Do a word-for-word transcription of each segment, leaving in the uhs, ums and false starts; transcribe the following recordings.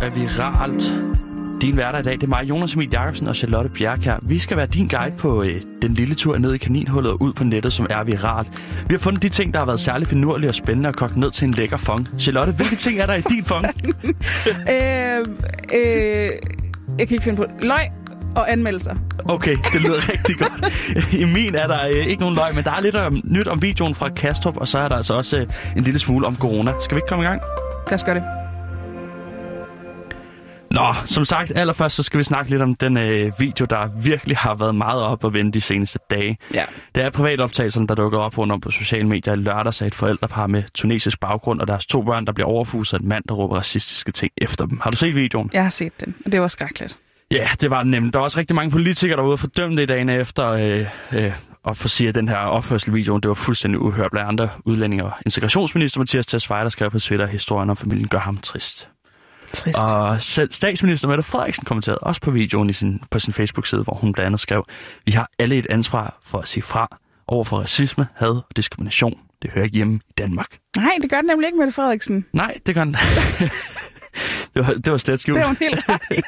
er viralt. Din hverdag i dag, det er mig, Jonas Emil Jacobsen og Charlotte Bjerkjær. Vi skal være din guide på øh, den lille tur ned i kaninhullet og ud på nettet, som er viralt. Vi har fundet de ting, der har været særlig finurlige og spændende og kogt ned til en lækker fong. Charlotte, hvilke ting er der i din fong? øh, øh, jeg kan ikke finde på løg og anmeldelser. Okay, det lyder rigtig godt. I min er der øh, ikke nogen løg, men der er lidt om, nyt om videoen fra Kastrup, og så er der altså også øh, en lille smule om corona. Skal vi ikke komme i gang? Lad os gøre det. Nå, som sagt, allerførst så skal vi snakke lidt om den øh, video, der virkelig har været meget op at vende de seneste dage. Ja. Det er privatoptagelserne, der dukker op rundt om på sociale medier i lørdags af et forældrepar med tunesisk baggrund, og deres to børn, der bliver overfuset af en mand, der råber racistiske ting efter dem. Har du set videoen? Jeg har set den, og det var skrækkeligt. Ja, det var det nemlig. Der var også rigtig mange politikere, der var ude og fordømme det i dagene efter, øh, øh, og for at sige, at den her opførselvideo, det var fuldstændig uhørt blandt andre udlændinge og integrationsminister Mathias Tesfaye, der skrev på Twitter, at historien om familien gør ham trist. Trist. Og selv statsminister Mette Frederiksen kommenterede også på videoen i sin, på sin Facebook-side, hvor hun blandt andet skrev, vi har alle et ansvar for at sige fra over for racisme, had og diskrimination. Det hører ikke hjemme i Danmark. Nej, det gør den nemlig ikke, Mette Frederiksen. Nej, det gør den. det, var, det var slet skjult. Det var helt ret.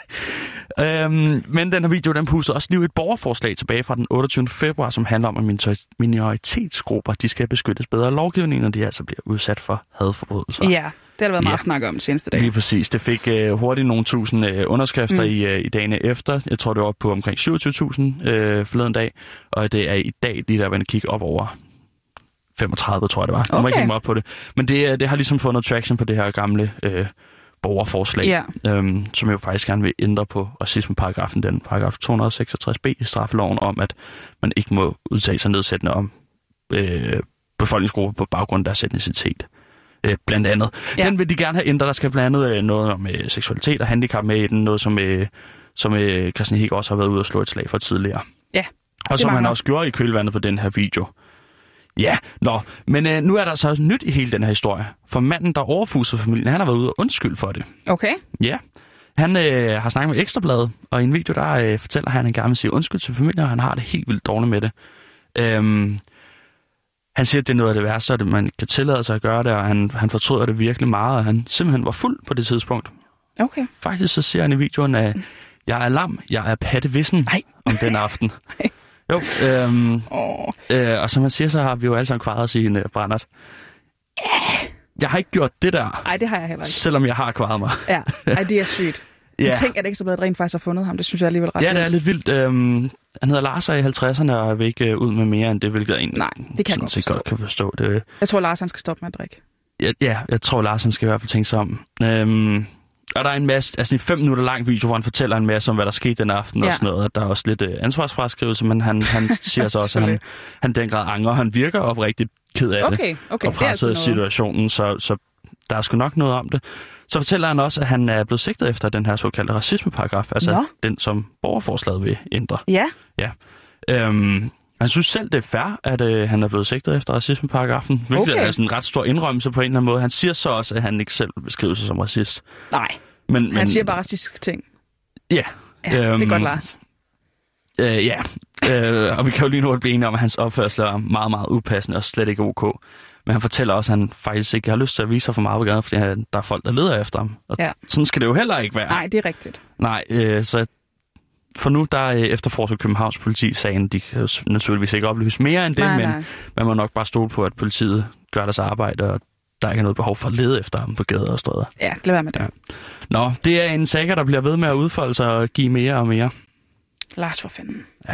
Øhm, men den her video, den puster også lige et borgerforslag tilbage fra den otteogtyvende februar, som handler om, at minoritetsgrupper, de skal beskyttes bedre af lovgivningen, når de altså bliver udsat for hadforbrydelser. Ja, det har der været meget ja. snak om den seneste dag. Lige præcis. Det fik øh, hurtigt nogle tusind øh, underskrifter mm. i, øh, i dagene efter. Jeg tror, det var op på omkring syvogtyve tusind øh, forleden dag, og det er i dag lige der, hvor jeg kigger op over femogtredive, tror jeg det var. Okay. Jeg må ikke hænge mig op på det. Men det, det har ligesom fået noget traction på det her gamle øh, borgerforslag, ja. øhm, som jo faktisk gerne vil ændre på racismeparagrafen, den paragraf to hundrede og seksogtres b i straffeloven, om at man ikke må udtale sig nedsættende om øh, befolkningsgrupper på baggrund af deres etnicitet. Øh, blandt andet. Ja. Den vil de gerne have ændret. Der skal blandt andet øh, noget om øh, seksualitet og handicap med i den, noget som, øh, som øh, Christian Heg også har været ude og slå et slag for tidligere. Ja. Og som han også gjorde i kølvandet på den her video. Ja, nå, men øh, nu er der så nyt i hele den her historie. For manden, der overfusede familien, han har været ude og undskylde for det. Okay. Ja, han øh, har snakket med Ekstrabladet, og i en video, der øh, fortæller han, at han gerne vil sige undskyld til familien, og han har det helt vildt dårligt med det. Øhm, han siger, at det er noget af det værste, at man kan tillade sig at gøre det, og han, han fortryder det virkelig meget, og han simpelthen var fuld på det tidspunkt. Okay. Faktisk så siger han i videoen, at jeg er lam, jeg er pattevissen om den aften. Nej. Jo, øhm, oh. øh, og som man siger, så har vi jo alle sammen kvaret os i en uh, brændert. Yeah. Jeg har ikke gjort det der. Nej, det har jeg heller ikke. Selvom jeg har kvaret mig. Ja, ej, det er sygt. Jeg yeah. tænker, at det ikke så blevet rent faktisk har fundet ham. Det synes jeg alligevel ret Ja, det er lidt vildt. Øhm, han hedder Lars i halvtredserne og vil ikke uh, ud med mere end det, hvilket egentlig Nej, det kan jeg godt forstå. godt kan forstå. Det, jeg tror, Lars han skal stoppe med at drikke. Ja, ja, jeg tror, Lars han skal i hvert fald tænke sig om. Øhm, Og der er en masse, altså en fem minutter lang video, hvor han fortæller en masse om, hvad der skete den aften ja. og sådan noget. Der er også lidt uh, ansvarsfraskrivelse, men han, han siger så også, at han, han den grad angrer. Han virker oprigtigt ked af okay, det okay. og presset af situationen, så, så der er sgu nok noget om det. Så fortæller han også, at han er blevet sigtet efter den her såkaldte racismeparagraf, altså Nå. den, som borgerforslaget vil ændre. Ja. Ja. Øhm, han synes selv, det er fair, at øh, han er blevet sigtet efter racismeparagrafen, hvilket okay. er sådan en ret stor indrømmelse på en eller anden måde. Han siger så også, at han ikke selv beskriver sig som racist. Nej. Men, men, han siger bare racistiske ting. Ja. ja øhm, det er godt, Lars. Øh, ja, øh, og vi kan jo lige nu blive enige om, at hans opførsel er meget, meget upassende og slet ikke ok. Men han fortæller også, at han faktisk ikke har lyst til at vise sig for meget på gaden, fordi der er folk, der leder efter ham. Og ja. sådan skal det jo heller ikke være. Nej, det er rigtigt. Nej, øh, så for nu, der er efterforsker Københavns politi sagen, de kan jo naturligvis ikke oplyse mere end det, nej, men nej. man må nok bare stole på, at politiet gør deres arbejde, og der er ikke noget behov for at lede efter ham på gader og stræder. Ja, lad være med det. Ja. Nå, det er en saga, der bliver ved med at udfolde sig og give mere og mere. Lars for fanden. Ja.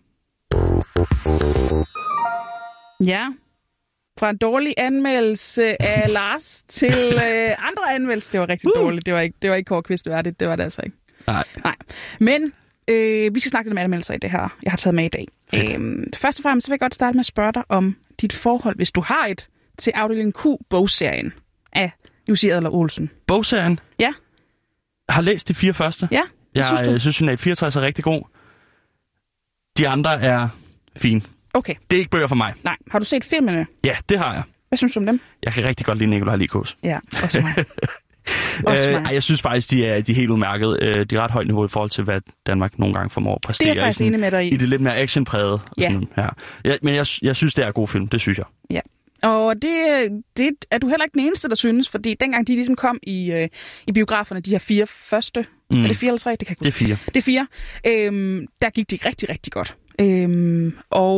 Ja. Fra en dårlig anmeldelse af Lars til øh, andre anmeldelser. Det var rigtig uh. dårligt. Det var ikke, det var ikke Kåre Kvist værdigt. Det var det altså ikke. Nej. Nej. Men øh, vi skal snakke lidt om anmeldelser i det her, jeg har taget med i dag. Øhm, først og fremmest så vil jeg godt starte med at spørge dig om dit forhold, hvis du har et, til Afdeling Q-bogserien af Jussi Adler-Olsen. Bogserien? Ja. Jeg har læst de fire første. Ja, jeg synes du? Jeg synes, at fireogtres er rigtig god. De andre er fine. Okay. Det er ikke bøger for mig. Nej. Har du set filmene? Ja, det har jeg. Hvad synes du om dem? Jeg kan rigtig godt lide Nikolaj Likos. Ja, også mig. også mig. Øh, jeg synes faktisk, de er, de er helt udmærket. De er ret højt niveau i forhold til, hvad Danmark nogle gange formår at præstere. Det er jeg faktisk enig med dig i. I det lidt mere actionpræget. Ja. Sådan, ja. ja. Men jeg, jeg synes, det er en god film. Det synes jeg. Ja. Og det, det er du heller ikke den eneste, der synes, fordi dengang de ligesom kom i, øh, i biograferne, de her fire første, mm. er det fire eller tre? Det kan jeg ikke huske. Det er fire. Det er fire. Øhm, der gik de rigtig, rigtig godt. Øhm,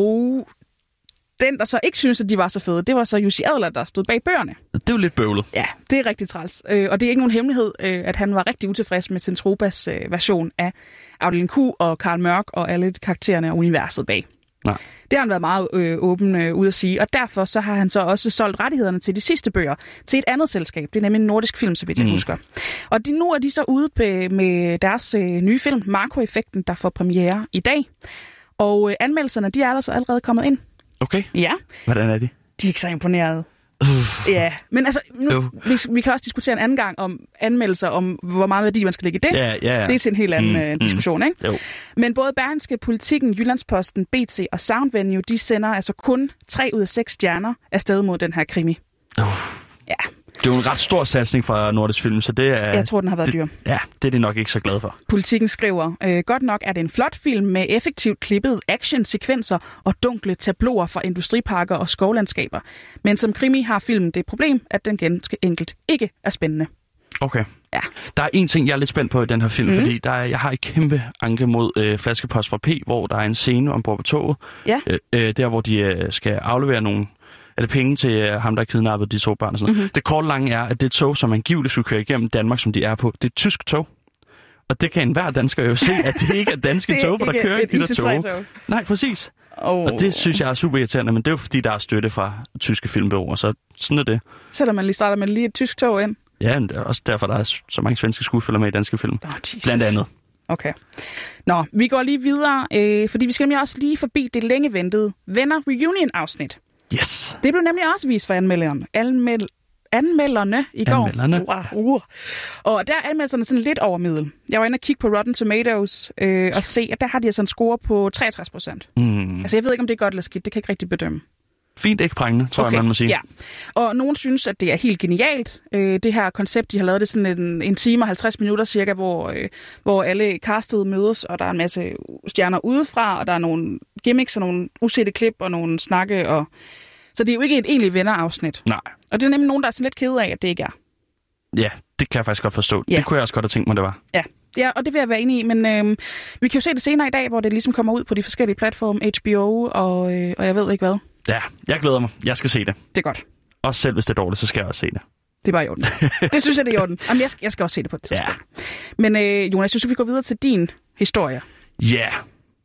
og den, der så ikke synes, at de var så fede, det var så Jussi Adler, der stod bag bøgerne. Det er jo lidt bøvlet. Ja, det er rigtig træls. Øh, og det er ikke nogen hemmelighed, øh, at han var rigtig utilfreds med Zentrobas øh, version af Afdeling Q og Karl Mørk og alle karaktererne og universet bag. Nej. Det har han været meget øh, åben øh, ud at sige, og derfor så har han så også solgt rettighederne til de sidste bøger til et andet selskab. Det er nemlig en nordisk film, så vidt jeg mm. husker. Og de, nu er de så ude på, med deres øh, nye film, Marco-effekten, der får premiere i dag. Og øh, anmeldelserne, de er altså allerede kommet ind. Okay. Ja. Hvordan er de? De er ikke så imponerede. Uh. Ja, men altså, nu, uh. vi, vi kan også diskutere en anden gang om anmeldelser, om hvor meget værdi man skal lægge i det. Ja, ja, ja. Det er til en helt anden mm, øh, diskussion, mm. ikke? Jo. Men både Berlingske, Politikken, Jyllandsposten, B T og Soundvenue, de sender altså kun tre ud af seks stjerner afsted mod den her krimi. Uh. Ja. Det er jo en ret stor satsning fra Nordisk Film, så det er... Jeg tror, den har været det, dyr. Ja, det er de nok ikke så glade for. Politikken skriver, øh, godt nok er det en flot film med effektivt klippet actionsekvenser og dunkle tabloer fra industriparker og skovlandskaber. Men som krimi har filmen det problem, at den ganske enkelt ikke er spændende. Okay. Ja. Der er en ting, jeg er lidt spændt på i den her film, mm-hmm. fordi der er, jeg har et kæmpe anke mod øh, Flaskepost fra P, hvor der er en scene ombord på toget. Ja. Øh, øh, der, hvor de øh, skal aflevere nogle... Er det penge til uh, ham, der har kidnappet de to børn og sådan noget? Mm-hmm. Det korte lange er, at det tog, som angiveligt skulle køre igennem Danmark, som de er på, det er et tysk tog. Og det kan enhver dansker jo se, at det ikke er danske er tog, hvor der kører de der tog. tog. Nej, præcis. Oh. Og det synes jeg er super irriterende, men det er jo fordi, der er støtte fra tyske filmbureauer, så sådan er det. Selvom man lige starter med lige et tysk tog ind? Ja, men det er også derfor, der er så mange svenske skuespillere med i danske film. Oh, blandt andet. Okay. Nå, vi går lige videre, øh, fordi vi skal nemlig også lige forbi det længe ventede Venner Reunion-afsnit. Yes. Det blev nemlig også vist for anmelderen. Anmeld anmelderne i går. Anmelderne. Uh, uh. Og der er anmeldelserne sådan lidt over middel. Jeg var inde og kigge på Rotten Tomatoes øh, og se, at der har de altså en score på treogtres procent. Mm. Altså jeg ved ikke, om det er godt eller skidt. Det kan jeg ikke rigtig bedømme. Fint ikke prængende, tror okay. jeg, man må sige. Ja. Og nogen synes, at det er helt genialt. Øh, det her koncept, de har lavet det sådan en, en time og halvtreds minutter cirka, hvor, øh, hvor alle castede mødes, og der er en masse stjerner udefra, og der er nogle gimmicks og nogle usete klip og nogle snakke. Og... Så det er jo ikke et egentligt venner-afsnit. Nej. Og det er nemlig nogen, der er sådan lidt kede af, at det ikke er. Ja, det kan jeg faktisk godt forstå. Ja. Det kunne jeg også godt have tænkt mig, det var. Ja. Ja, og det vil jeg være enig i, men øh, vi kan jo se det senere i dag, hvor det ligesom kommer ud på de forskellige platforme, H B O og, øh, og jeg ved ikke hvad. Ja, jeg glæder mig. Jeg skal se det. Det er godt. Også selv hvis det er dårligt, så skal jeg også se det. Det er bare i orden. Det synes jeg, det er i orden. Jamen, jeg, skal, jeg skal også se det på et tidspunkt. Ja. Men øh, Jonas, jeg synes, vi går videre til din historie. Ja. Yeah.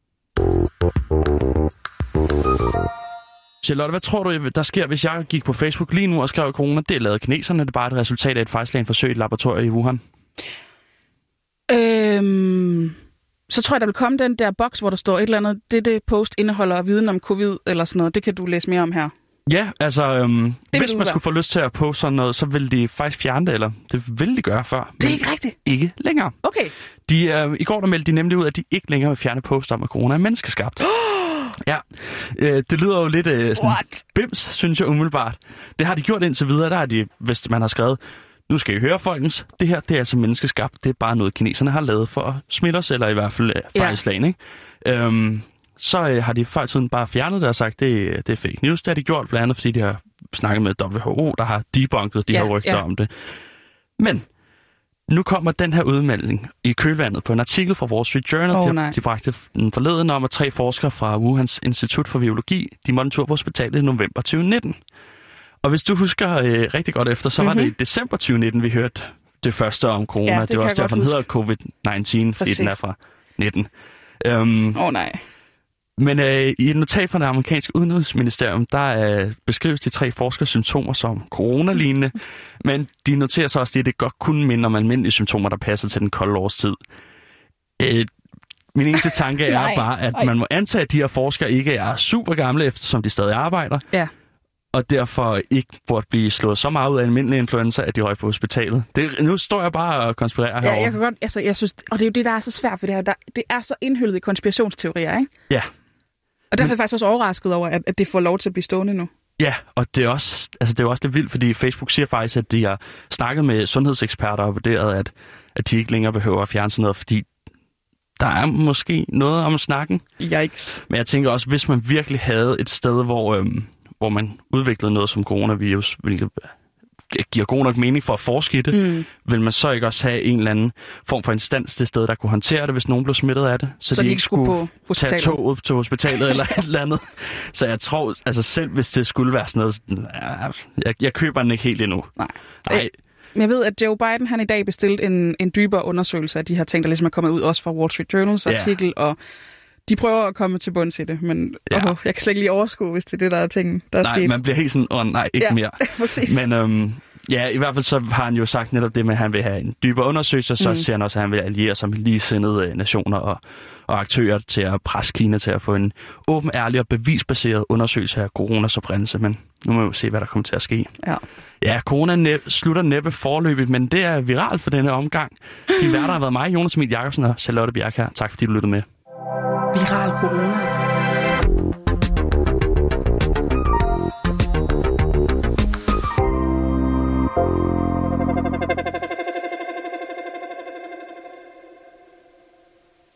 Charlotte, hvad tror du, der sker, hvis jeg gik på Facebook lige nu og skrev, at corona, det er lavet kineserne, det er bare et resultat af et fejlslagen forsøg i et laboratorium i Wuhan? Øhm, så tror jeg, der vil komme den der boks, hvor der står et eller andet, det det post indeholder viden om covid eller sådan noget. Det kan du læse mere om her. Ja, altså, øhm, hvis man være. skulle få lyst til at poste sådan noget, så vil de faktisk fjerne det, eller det vil de gøre før. Det er ikke rigtigt? Ikke længere. Okay. De, øh, I går der meldte de nemlig ud, at de ikke længere vil fjerne post om, at corona er menneskeskabt. Ja, øh, det lyder jo lidt øh, sådan bims, synes jeg umiddelbart. Det har de gjort indtil videre. Der har de, hvis man har skrevet, nu skal I høre, folkens, det her det er altså menneskeskabt. Det er bare noget, kineserne har lavet for at smitte os, eller i hvert fald øh, fejlslagen, ikke? Øhm, så øh, har de før tiden bare fjernet det og sagt, det, det er fake news. Det har de gjort blandt andet, fordi de har snakket med W H O, der har debunket de ja, her rygter ja. om det. Men nu kommer den her udmelding i kølvandet på en artikel fra Wall Street Journal. Oh, de, de bragte en forleden om, at tre forskere fra Wuhans Institut for Virologi, de måtte en tur på hospitalet i november tyve nitten. Og hvis du husker øh, rigtig godt efter, så mm-hmm. var det i december tyve nitten, vi hørte det første om corona. Ja, det det var også derfor, den hedder covid nitten, fordi den er fra nitten. Åh um, oh, nej. Men øh, i et notat fra det amerikanske udenrigsministerium, der øh, beskrives de tre forskers symptomer som coronalignende, men de noterer så også, at det godt kunne minde om almindelige symptomer, der passer til den kolde årstid. Øh, min eneste tanke er Nej, bare, at ej. man må antage, at de her forskere ikke er super gamle, eftersom de stadig arbejder, ja. og derfor ikke burde blive slået så meget ud af almindelig influenza, at de røg på hospitalet. Det, nu står jeg bare og konspirerer herovre. Ja, jeg kan godt, altså, jeg synes, og det er jo det, der er så svært for det her. Der, det er så indhyllet i konspirationsteorier, ikke? Ja. Og derfor er jeg faktisk også overrasket over, at, at det får lov til at blive stående nu. Ja, og det er også, altså det er også det vildt, fordi Facebook siger faktisk, at de har snakket med sundhedseksperter og vurderet, at, at de ikke længere behøver at fjerne sådan noget, fordi der er måske noget om snakken. Yikes. Men jeg tænker også, hvis man virkelig havde et sted, hvor, øhm, hvor man udviklede noget som coronavirus, hvilket giver god nok mening for at forske i det, mm. vil man så ikke også have en eller anden form for instans til sted, der kunne håndtere det, hvis nogen blev smittet af det? Så, så de, de ikke skulle på tage toget til hospitalet eller et eller andet. Så jeg tror, altså selv hvis det skulle være sådan noget, sådan, jeg, jeg køber den ikke helt endnu. Nej. Nej. Men jeg ved, at Joe Biden han i dag bestilte en, en dybere undersøgelse af de her ting, der ligesom er kommet ud også fra Wall Street Journals artikel, yeah. og de prøver at komme til bunds i det, men ja. åh, jeg kan slet ikke lige overskue, hvis det er det, der er ting, der er nej, sket. Nej, man bliver helt sådan, åh nej, ikke ja, mere. præcis. Men øhm, ja, i hvert fald så har han jo sagt netop det med, at han vil have en dybere undersøgelse, og så mm. siger han også, at han vil alliere sig med ligesindede nationer og, og aktører til at presse Kina til at få en åben, ærlig og bevisbaseret undersøgelse af coronas oprindelse, men nu må vi jo se, hvad der kommer til at ske. Ja. Ja, corona næ- slutter næppe forløbigt, men det er viralt for denne omgang. Din værter har været mig, Jonas Emil Jakobsen og Charlotte Bjerg her. Tak fordi du lyttede med. Viral corona.